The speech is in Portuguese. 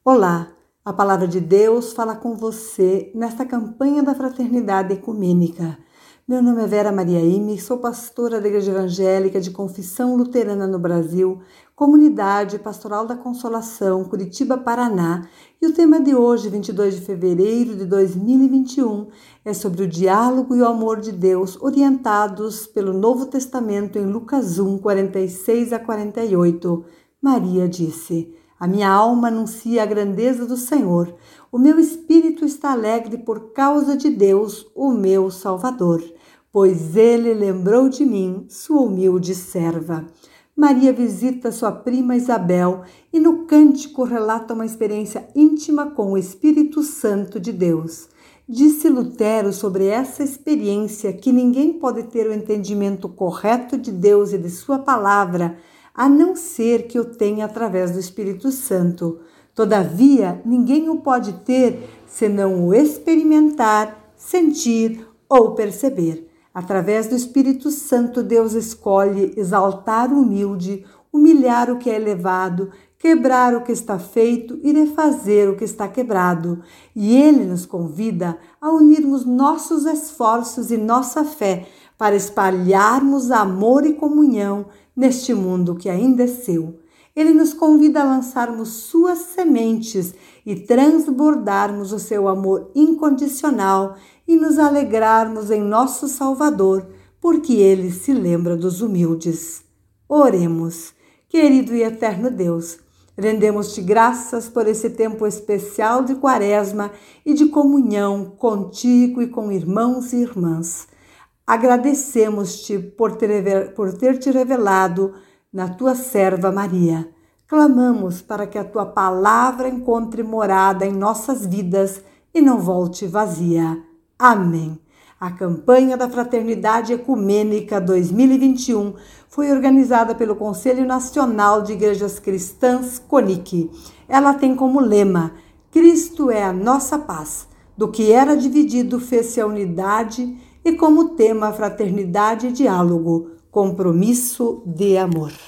Olá, a Palavra de Deus fala com você nesta campanha da Fraternidade Ecumênica. Meu nome é Vera Maria Ime, sou pastora da Igreja Evangélica de Confissão Luterana no Brasil, Comunidade Pastoral da Consolação, Curitiba, Paraná, e o tema de hoje, 22 de fevereiro de 2021, é sobre o diálogo e o amor de Deus orientados pelo Novo Testamento em Lucas 1, 46 a 48. Maria disse: "A minha alma anuncia a grandeza do Senhor. O meu espírito está alegre por causa de Deus, o meu Salvador, pois ele lembrou de mim, sua humilde serva." Maria visita sua prima Isabel e no cântico relata uma experiência íntima com o Espírito Santo de Deus. Disse Lutero sobre essa experiência que ninguém pode ter o entendimento correto de Deus e de sua palavra, a não ser que o tenha através do Espírito Santo. Todavia, ninguém o pode ter senão o experimentar, sentir ou perceber. Através do Espírito Santo, Deus escolhe exaltar o humilde, humilhar o que é elevado, quebrar o que está feito e refazer o que está quebrado. E Ele nos convida a unirmos nossos esforços e nossa fé para espalharmos amor e comunhão neste mundo que ainda é seu. Ele nos convida a lançarmos suas sementes e transbordarmos o seu amor incondicional e nos alegrarmos em nosso Salvador, porque ele se lembra dos humildes. Oremos. Querido e eterno Deus, rendemos-te graças por esse tempo especial de Quaresma e de comunhão contigo e com irmãos e irmãs. Agradecemos-te por ter te revelado na tua serva Maria. Clamamos para que a tua palavra encontre morada em nossas vidas e não volte vazia. Amém. A campanha da Fraternidade Ecumênica 2021 foi organizada pelo Conselho Nacional de Igrejas Cristãs, CONIC. Ela tem como lema: Cristo é a nossa paz. Do que era dividido fez-se a unidade, e como tema fraternidade e diálogo, compromisso de amor.